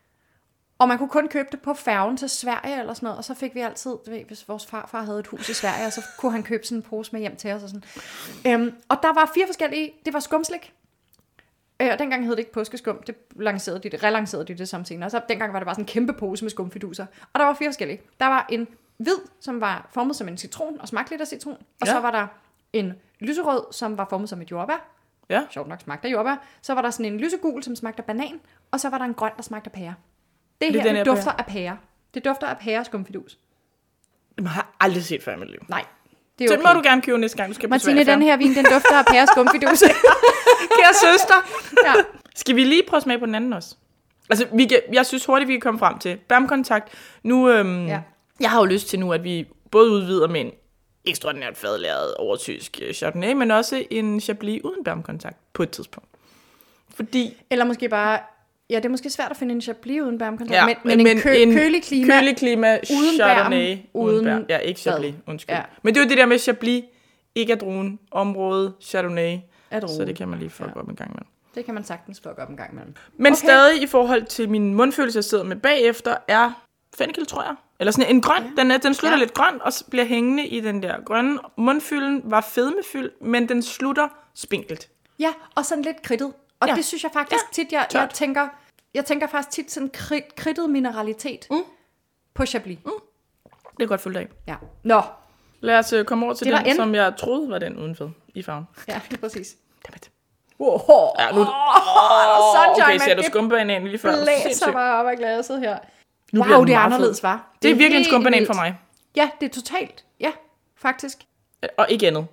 Og man kunne kun købe det på færgen til Sverige eller sådan noget, og så fik vi altid, du ved, hvis vores farfar havde et hus i Sverige, og så kunne han købe sådan en pose med hjem til os og sådan. Øhm, og der var fire forskellige, det var skumslik. Øh, og dengang hed det ikke påskeskum, det lancerede de det, relancerede de det som senere. Og så dengang var det bare sådan en kæmpe pose med skumfiduser. Og der var fire forskellige. Der var en hvid, som var formet som en citron, og smagte lidt af citron. Og ja. Så var der en lyserød, som var formet som et jordbær. Ja. Sjovt nok smagte af jordbær. Så var der sådan en lysegul, som smagte af banan. Og så var der en grøn, der smagte af pære. Det her, det, det dufter pære. af pære. Det dufter af pære skumfidus. Det har jeg aldrig set før i mit liv. Nej, det er okay. Så må du gerne købe næste gang, du skal på Sverige. Martine, den her vin, den dufter af pære skumfidus. Kære søster. Ja. Skal vi lige prøve at smage på den anden også? Altså, vi kan, jeg synes hurtigt, vi kan komme frem til bærmkontakt. Nu, øhm, ja. Jeg har jo lyst til nu, at vi både udvider med en ekstraordinært fadlæret overtysk Chardonnay, men også en Chablis uden bærmkontakt på et tidspunkt. Fordi... Eller måske bare... Ja, det er måske svært at finde en Chablis uden bærmkontakt, ja, men, men, men en, kø, en kølig klima, kølig klima uden Chardonnay bærm, uden bærm. Ja, ikke Chablis, undskyld. Ja. Men det er jo det der med Chablis, ikke er druen, område, Chardonnay, druen. Så det kan man lige fuck ja. op en gang imellem. Det kan man sagtens fuck op en gang imellem. Men okay. stadig i forhold til min mundfølelse, jeg sidder med bagefter, er fennikel, tror jeg. Eller sådan en grøn. Ja. Den, er, den slutter ja. lidt grøn, og bliver hængende i den der grønne. Mundfylden var fedmefyldt, men den slutter spinkelt. Ja, og sådan lidt kridtet. Og ja. det synes jeg faktisk ja. tit, jeg, jeg tænker... Jeg tænker faktisk tit sådan krit, kridtet mineralitet mm. på Chablis. Mm. Det er godt fuldt af. Ja. Nå. Lad os uh, komme over til den, en. som jeg troede var den udenfor i farven. Ja, det er præcis. Dammit. Wow. Ja, nu... Oh, sunshine, okay, ser du skumbanan lige før? Det blæser bare op af glasset her. Nu wow, det er anderledes, var. Det, det er virkelig en skumbanan for mig. Ja, det er totalt. Ja, faktisk. Og ikke andet.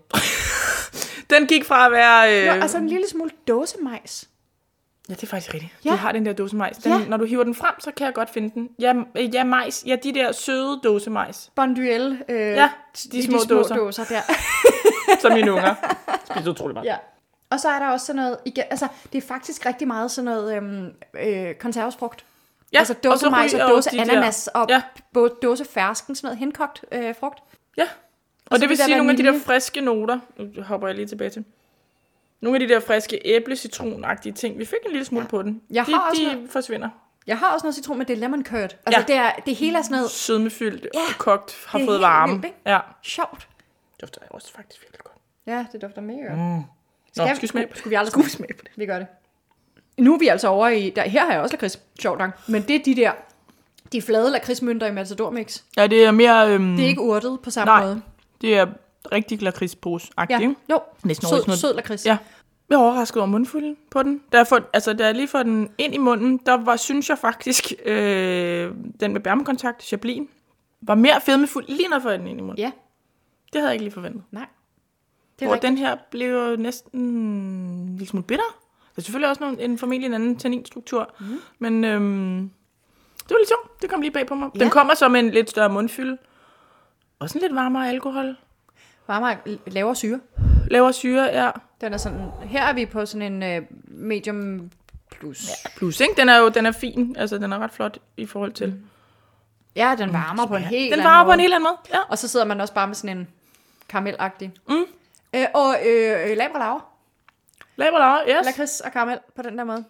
Den gik fra at være... Øh... Jo, altså en lille smule dåsemajs. Ja, det er faktisk rigtigt. Ja. Du har den der dåsemajs. Den, ja. Når du hiver den frem, så kan jeg godt finde den. Ja, ja majs. Ja, de der søde dåsemajs. Bonduelle. Øh, ja, de, de små, små dåser. dåser der. Som mine unger. Spiser utrolig meget. Ja. Og så er der også sådan noget, igen, altså det er faktisk rigtig meget sådan noget øhm, øh, konservesfrugt. Ja, altså dåsemajs og, og dåse ananas og ja. både dåse fersken, sådan noget henkogt øh, frugt. Ja, og, og det vil sige nogle af de der friske noter, nu hopper jeg lige tilbage til. Nogle af de der friske æble-citronagtige ting. Vi fik en lille smule ja. på den. Jeg de har også de noget, forsvinder. Jeg har også noget citron, men det er lemon curd. Altså ja. det, er, det hele er sådan noget... Sødmefyldt ja. og kogt, har fået varme. Vildt, ja. Sjovt. Det dufter også faktisk virkelig godt. Ja, det dufter mega godt. Mm. Skal, Nå, skal vi smage på det? Skulle vi aldrig smage på det? Vi gør det. Nu er vi altså over i... Der, her har jeg også lakrids. Sjovt nok. Men det er de der... De flade lakridsmønter i Matador Mix. Ja, det er mere... Øhm... Det er ikke urtet på samme Nej, måde. det er rigtig lakridspose-agtigt. Ja, jo. Næsten sød, sød lakrids. Ja. Jeg var overrasket over mundfylden på den. Da jeg, får, altså, da jeg lige får den ind i munden, der var, synes jeg faktisk, øh, den med bærmekontakt, Chablis, var mere fedmefuld, lige når jeg får den ind i munden. Ja. Det havde jeg ikke lige forventet. Nej. Det er Hvor rigtigt. den her blev næsten en lille smule bitter. Der er selvfølgelig også en, en formentlig en anden tanninstruktur. Mm. Men øhm, det var lidt sjovt. Det kom lige bag på mig. Ja. Den kommer som en lidt større mundfylde. Også en lidt varmere alkohol. Varmere, lavere syre. Lavere syre, ja. Den er sådan, her er vi på sådan en uh, medium plus. Ja, plus, ikke? Den er jo den er fin. Altså, den er ret flot i forhold til. Mm. Ja, den varmer mm, på en helt Den anden varmer måde. på en helt anden måde, ja. Og så sidder man også bare med sådan en karamelagtig. Mm. Øh, og øh, labre laver. Labre laver, yes. Lakrids og karamel på den der måde.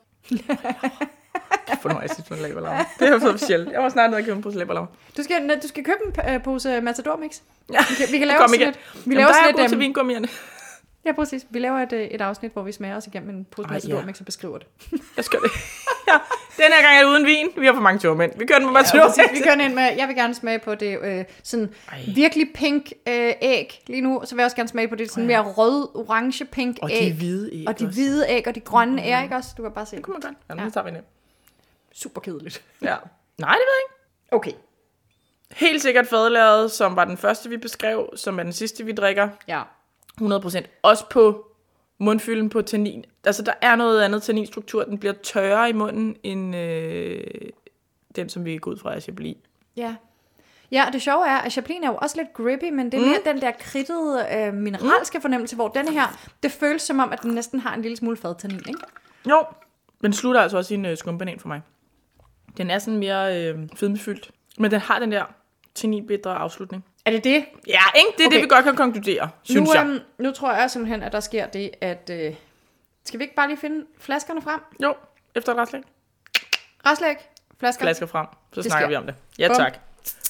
For nu har jeg sidst på en labre laver. Det har været specielt. Jeg var snart nede og købe en pose labre laver. Du skal, du skal købe en uh, pose Matador Mix. Ja. Vi kan, vi kan lave sådan et... Vi Jamen, laver der sådan er et, god til um, vingummierne. Ja, præcis. Vi laver et, et afsnit, hvor vi smager os igennem en pose Matador Mix og beskriver det. Jeg skal det. Ja. Den her gang er det uden vin. Vi har for mange tørmænd. Vi kører den med Matador Mix. Ja, vi kører den ind med... Jeg vil gerne smage på det øh, sådan Ej. virkelig pink øh, æg lige nu. Så vil jeg også gerne smage på det sådan mere rød, orange, pink æg. Og de hvide æg. Og de hvide æg og de grønne mm-hmm. æg også. Du kan bare se. Det kunne man godt. Ja, nu ja. tager vi det. Super kedeligt. Ja. Nej, det ved jeg ikke. Okay. Helt sikkert fadlaget, som var den første, vi beskrev, som er den sidste, vi drikker. Ja. hundrede procent. Også på mundfylden på tannin. Altså, der er noget andet tanninstruktur. Den bliver tørre i munden, end øh, den, som vi går ud fra af Chablis. Ja. Ja, og det sjove er, at Chablisen er jo også lidt grippy, men det er mere mm. den der kridtede øh, mineralske mm. fornemmelse, hvor denne her, det føles som om, at den næsten har en lille smule fadtannin, ikke? Jo, men slutter altså også i en øh, skumbanan for mig. Den er sådan mere øh, fedmefyldt, men den har den der tanninbitre afslutning. Er det det? Ja, ikke? Det er okay. Det, vi godt kan konkludere, synes nu, jeg. Um, nu tror jeg simpelthen, at der sker det, at... Øh, skal vi ikke bare lige finde flaskerne frem? Jo, efter et restlæg. Restlæg, flasker. Flasker frem, så det snakker sker. vi om det. Ja, Bum. tak.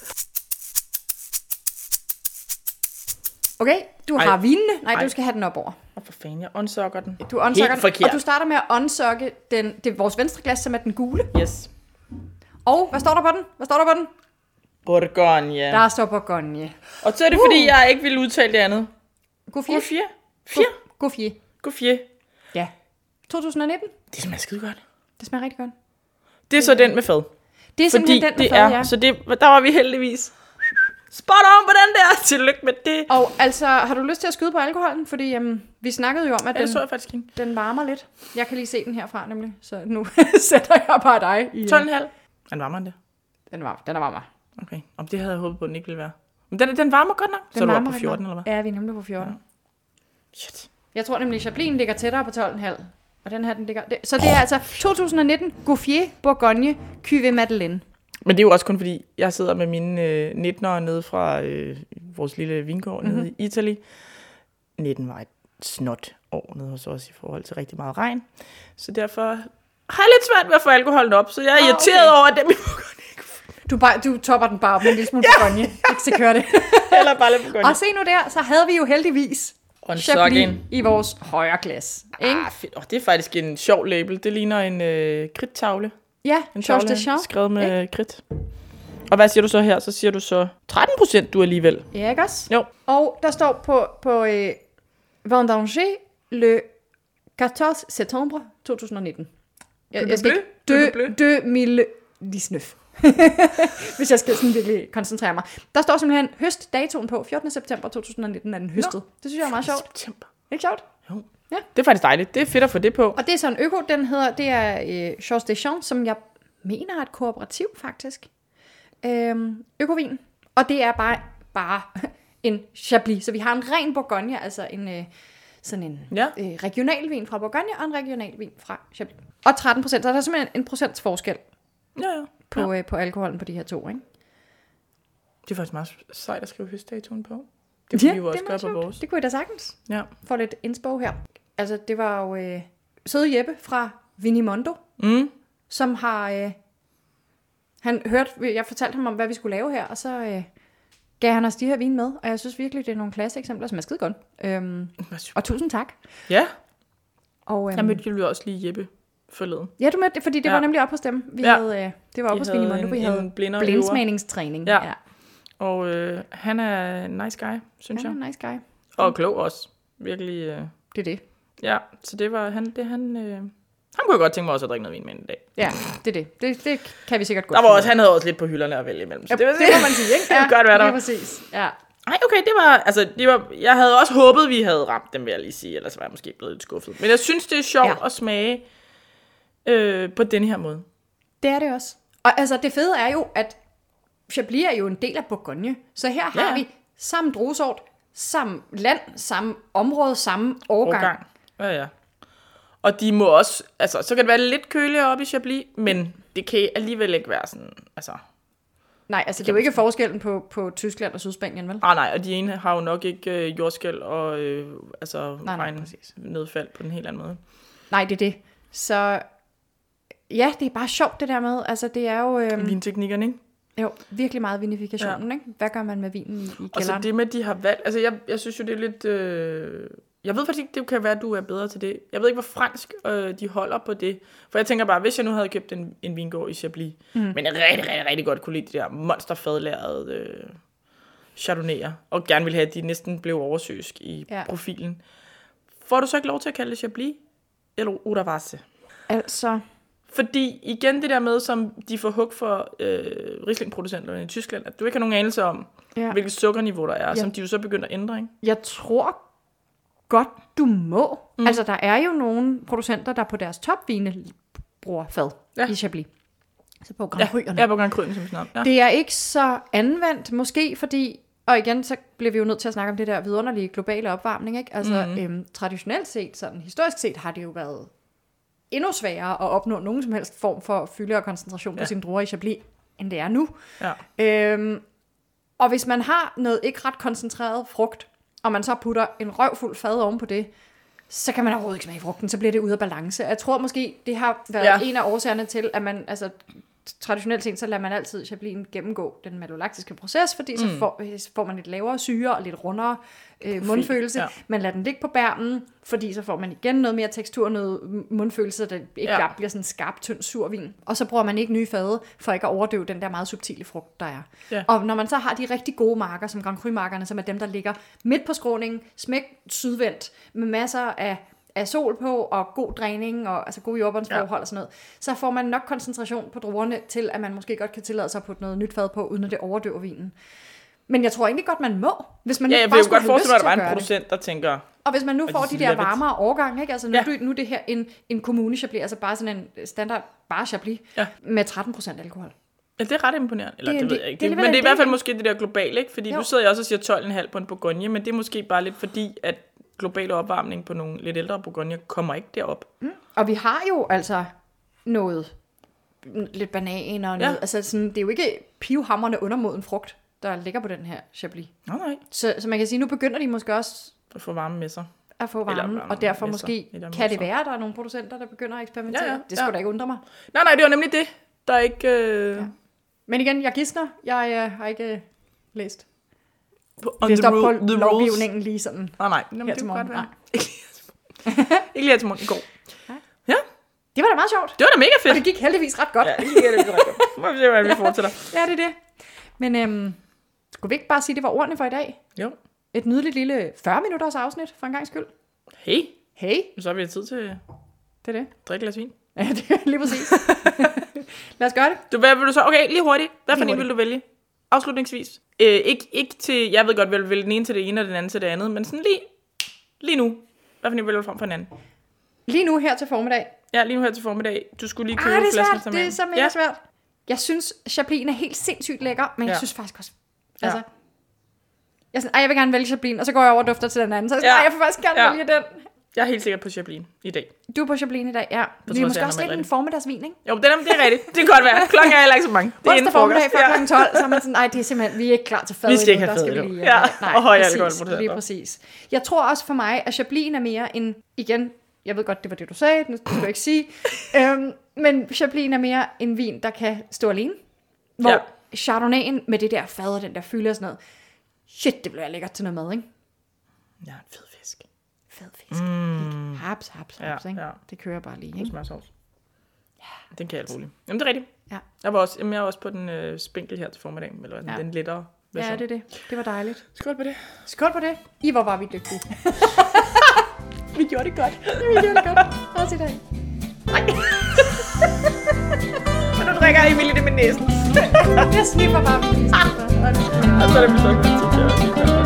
Okay, du Ej. har vinene. Nej, Ej. du skal have den op over. Åh, for fanden, jeg unsokker den. Du unsokker Helt den, forkert. og du starter med at unsokke den, det er vores venstre glas, som er den gule. Yes. Og hvad står der på den? Hvad står der på den? Bourgogne. Der står Bourgogne. Og så er det, Uh. fordi jeg ikke ville udtale det andet. Gouffier. Gouffier. Fire. Gouffier. Gouffier. Ja. to tusind nitten. Det smager skide godt. Det smager rigtig godt. Det er så den med fad. Det er Fordi simpelthen den med det fad, er, ja. så det, der var vi heldigvis spot on på den der. Tillykke med det. Og altså, har du lyst til at skyde på alkoholen? Fordi øhm, vi snakkede jo om, at Ja, det så den, jeg faktisk ikke. den varmer lidt. Jeg kan lige se den herfra nemlig. Så nu sætter jeg bare dig i... tolv komma fem. Den varmer det. Den, var, den er varmer. Okay. Om det havde jeg håbet på, den ikke ville være. Men den, den varmer godt nok. Den Så er du varmer oppe på rigtig fjorten, meget. eller hvad? Ja, vi er nemlig på fjorten. Ja. Shit. Jeg tror nemlig, at Chablisen ligger tættere på tolv komma fem. Og den her, den ligger... Det, så det er altså to tusind nitten Gouffier Bourgogne Cuvée Madeleine. Men det er jo også kun fordi, jeg sidder med mine øh, nitten'ere nede fra øh, vores lille vingård mm-hmm. nede i Italy. nitten var et snot år nede hos os i forhold til rigtig meget regn. Så derfor har jeg lidt svært ved at få alkoholen op, så jeg er Ah, irriteret okay. over, at dem i Bourgogne ikke Du, bare, du topper den bare op med en lille smule Ja. Bourgogne. Ikke så kører det. eller bare lidt Bourgogne. Og se nu der, så havde vi jo heldigvis Og en Chablis sokken. i vores højre glas. Ikke? Ah, fedt. Oh, det er faktisk en sjov label. Det ligner en øh, kridttavle. Ja, En Georges tavle Deschamps. skrevet med kridt. Og hvad siger du så her? Så siger du så tretten procent du alligevel. Ja, ikke også? Jo. Og der står på, på øh, Vendanger le fjortende septembre to tusind nitten. Jeg, jeg skal ikke... Bleu, Deux, bleu. deux mille dix-neuf. Hvis jeg skal sådan virkelig koncentrere mig. Der står simpelthen høstdatoen på. fjortende september to tusind nitten er den høstet. Nå. Det synes jeg er meget sjovt. September. Ikke sjovt? Jo. Ja. Det er faktisk dejligt. Det er fedt at få det på. Og det er så en øko, den hedder, det er øh, Georges Deschamps, som jeg mener er et kooperativ faktisk. Øhm, økovin. Og det er bare, bare en Chablis. Så vi har en ren Bourgogne, altså en, øh, sådan en Ja. øh, regional vin fra Bourgogne og en regional vin fra Chablis. Og tretten procent, så der er simpelthen en procents forskel Ja, ja. på, ja. øh, på alkoholen på de her to, ikke? Det er faktisk meget sejt at skrive høstdatoen på. Det kunne Ja, vi jo det også er gøre meget på sjovt. vores. Det kunne I da sagtens. Ja. Få lidt indspo her. Altså, det var jo øh, søde Jeppe fra Vinimondo, Mm. som har... Øh, han hørte, jeg fortalte ham om, hvad vi skulle lave her, og så øh, gav han os de her vin med, og jeg synes virkelig, det er nogle klasse eksempler, som er skide godt. Øhm, og tusind tak. Ja, Og, øhm, jeg mødte jo også lige Jeppe forleden. ja, du mødte det, fordi det Ja. var nemlig oppe hos dem. Vi Ja. havde, øh, det var oppe Vi hos havde Vinimondo, en- vi en havde blinder- blindsmagningstræning. Ja. Og øh, han er en nice guy, synes Han er jeg. en nice guy. Og klog også. Virkelig. Øh, Det er det. ja, så det var han. Det han. Øh, han kunne jeg godt tænke mig også at drikke noget vin med en dag. Ja, det er det. Det, det kan vi sikkert godt Der var finde også, ud af. han havde også lidt på hylderne at vælge imellem. Så Ja, det, var, det må man sige, ikke? det kunne godt være, der lige var. præcis. Ja. Ej, okay, det var, altså, det var, jeg havde også håbet, vi havde ramt dem, vil jeg lige sige, ellers var jeg måske blevet lidt skuffet. Men jeg synes, det er sjovt Ja. ja. at smage øh, på den her måde. Det er det også. Og altså, det fede er jo, at Chablis er jo en del af Bourgogne. Så her har Ja. vi samme druesort, samme land, samme område, samme årgang. Årgang. Ja, ja. Og de må også, altså, så kan det være lidt køligere oppe i Chablis, men det kan alligevel ikke være sådan, altså... Nej, altså det er jo ikke forskellen på, på Tyskland og Sydspanien, vel? Ah, nej, og de ene har jo nok ikke øh, jordskæld og øh, altså Nej, nej, regn præcis. nedfald på den helt anden måde. Nej, det er det. Så ja, det er bare sjovt det der med. Altså det er jo, øhm, Vinteknikkerne, ikke? jo virkelig meget vinifikationen, ja. Ikke? Hvad gør man med vinen i, i kælderen? Og så det med, de har valgt... Altså, jeg, jeg synes jo, det er lidt... Øh, jeg ved faktisk ikke, det kan være, at du er bedre til det. Jeg ved ikke, hvor fransk øh, de holder på det. For jeg tænker bare, hvis jeg nu havde købt en, en vingård i Chablis, mm. men jeg rigtig, rigtig, rigtig godt kunne lide de der monsterfadlærede øh, chardonnay'er, og gerne ville have, at de næsten blev oversøsk i Ja. ja. profilen. Får du så ikke lov til at kalde det Chablis? Eller Uravasse? Altså, Fordi igen det der med, som de får hug for øh, Riesling-producenterne i Tyskland, at du ikke har nogen anelse om, ja. ja. hvilket sukkerniveau der er, Ja. ja. som de jo så begynder at ændre, ikke? Jeg tror godt, du må. Mm. Altså, der er jo nogle producenter, der på deres topvine bruger fad ja. Ja. i Chablis. Altså på Grand Cru'erne. Ja, på Grand Cru'erne, som sådan. Ja. Det er ikke så anvendt, måske fordi, og igen, så bliver vi jo nødt til at snakke om det der vidunderlige globale opvarmning, ikke? Altså, mm-hmm. øhm, traditionelt set, sådan historisk set, har det jo været endnu sværere at opnå nogen som helst form for fylde og koncentration ja. på sine druer i Chablis, end det er nu. Ja. Øhm, og hvis man har noget ikke ret koncentreret frugt, og man så putter en røvfuld fad oven på det, så kan man overhovedet ikke smage frugten, så bliver det ude af balance. Jeg tror måske, det har været ja. en af årsagerne til, at man, altså traditionelt set, så lader man altid Chablisen gennemgå den malolaktiske proces, fordi mm. så får, får man lidt lavere syre og lidt rundere øh, mundfølelse. Ja. Man lader den ligge på bærmen, fordi så får man igen noget mere tekstur, noget mundfølelse, der ikke ja. bliver sådan en skarp, tynd survin. Og så bruger man ikke nye fade, for ikke at overdøve den der meget subtile frugt, der er. Ja. Og når man så har de rigtig gode marker, som Grand Cru-markerne, som er dem, der ligger midt på skråningen, smæk sydvendt, med masser af af sol på, og god dræning, og altså gode jordbundsforhold ja. og sådan noget, så får man nok koncentration på druerne til, at man måske godt kan tillade sig at putte noget nyt fad på, uden at det overdøver vinen. Men jeg tror egentlig godt, man må, hvis man ja, jeg bare vil jo godt forestille mig, at der var en det. producent, der tænker... Og hvis man nu får de der varmere årgange, ikke? Altså nu, ja. nu er det her en, en kommune Chablis, altså bare sådan en standard bare Chablis, ja. med tretten procent alkohol. Ja, det er ret imponerende. Eller, det, det ved jeg ikke. Det, det, men det er i hvert fald måske det der globale, ikke? Fordi jo. du sidder jo også og siger tolv komma fem på en Bourgogne, men det er måske bare lidt fordi, at global opvarmning på nogle lidt ældre Bourgogne kommer ikke derop. Mm. Og vi har jo altså noget, lidt banan og noget, ja. altså sådan, det er jo ikke pivhamrende undermoden frugt, der ligger på den her Chablis. Nej, nej. Så, så man kan sige, nu begynder de måske også at få varme med sig. At få varme, varme og derfor måske kan det være, at der er nogle producenter, der begynder at eksperimentere. Ja, ja. Det skulle ja. da ikke undre mig. Nej, nej, det var nemlig det. Der er ikke... Øh... Ja. Men igen, jeg gidsner. Jeg øh, har ikke øh, læst. On det er the, ru- på the lovgivningen lige sådan. Nej, nej. Jamen, her til morgen. Nej. Ikke lige her til morgen, i går. Ja. ja. Det var da meget sjovt. Det var da mega fedt. Og det gik heldigvis ret godt. Ja, det gik heldigvis ret godt. Må vi se, hvordan vi fortsætter. Ja, det er det. Men øhm, skulle vi ikke bare sige, det var ordene for i dag? Jo. Et nydeligt lille fyrre minutters afsnit, for en gang skyld. Hey. Hey. Så har vi tid til det er det. Drikke glas vin. Ja, det er lige præcis. Lad os gøre det. Du, hvad vil du så? Okay, lige hurtigt. Hvad for en vil du vælge? Afslutningsvis. Øh, ikke, ikke til, jeg ved godt, vil du vælge den ene til det ene, og den anden til det andet, men sådan lige, lige nu. Hvad for en vil du frem for den anden? Lige nu her til formiddag. Ja, lige nu her til formiddag. Du skulle lige købe ah, det er flasken svært. Det er så mega ja. svært. Jeg synes, Chablisen er helt sindssygt lækker, men ja. jeg synes faktisk også... Altså, ja. jeg, er sådan, jeg vil gerne vælge Chablisen, og så går jeg over og dufter til den anden. Så jeg, sådan, ja. jeg vil faktisk gerne ja. vælge den. Jeg er helt sikker på Chablisen i dag. Du er på Chablisen i dag, ja. Vi er måske også lidt en formiddagsvin, ikke? Jo, det er, det er rigtigt. Det kan godt være. Klokken er heller ikke så mange. Det er inden formiddag før klokken tolv, så er man sådan, nej, det er simpelthen, vi er ikke klar til fad. Vi skal ikke have fad endnu. Ja, nej, og høje alkoholprocenter. Lige præcis. Jeg tror også for mig, at Chablisen er mere en, igen, jeg ved godt, det var det, du sagde, det skal du ikke sige, øhm, men Chablisen er mere en vin, der kan stå alene. Hvor ja. Chardonnayen med det der fad og den der fylde og sådan noget, shit, det bliver lækkert til noget mad, ikke? Ja, en fed fisk. Fed fisk. Mm. Haps, haps, haps, ja, ikke? Ja. Det kører bare lige, ikke? Smørsovs. Ja. Den kan jeg alt roligt. Jamen, det er rigtigt. Ja. Jeg var også, jamen, jeg var også på den øh, spinkel her til formiddag, eller ja. den lettere version. Ja, det er det. Det var dejligt. Skål på det. Skål på det. I, hvor var vi dygtige. Vi gjorde det godt. Ja, vi gjorde det godt. Også i dag. Nej. Og nu drikker jeg Emilie det med næsen. Jeg sniffer bare med næsen. Og så er det mit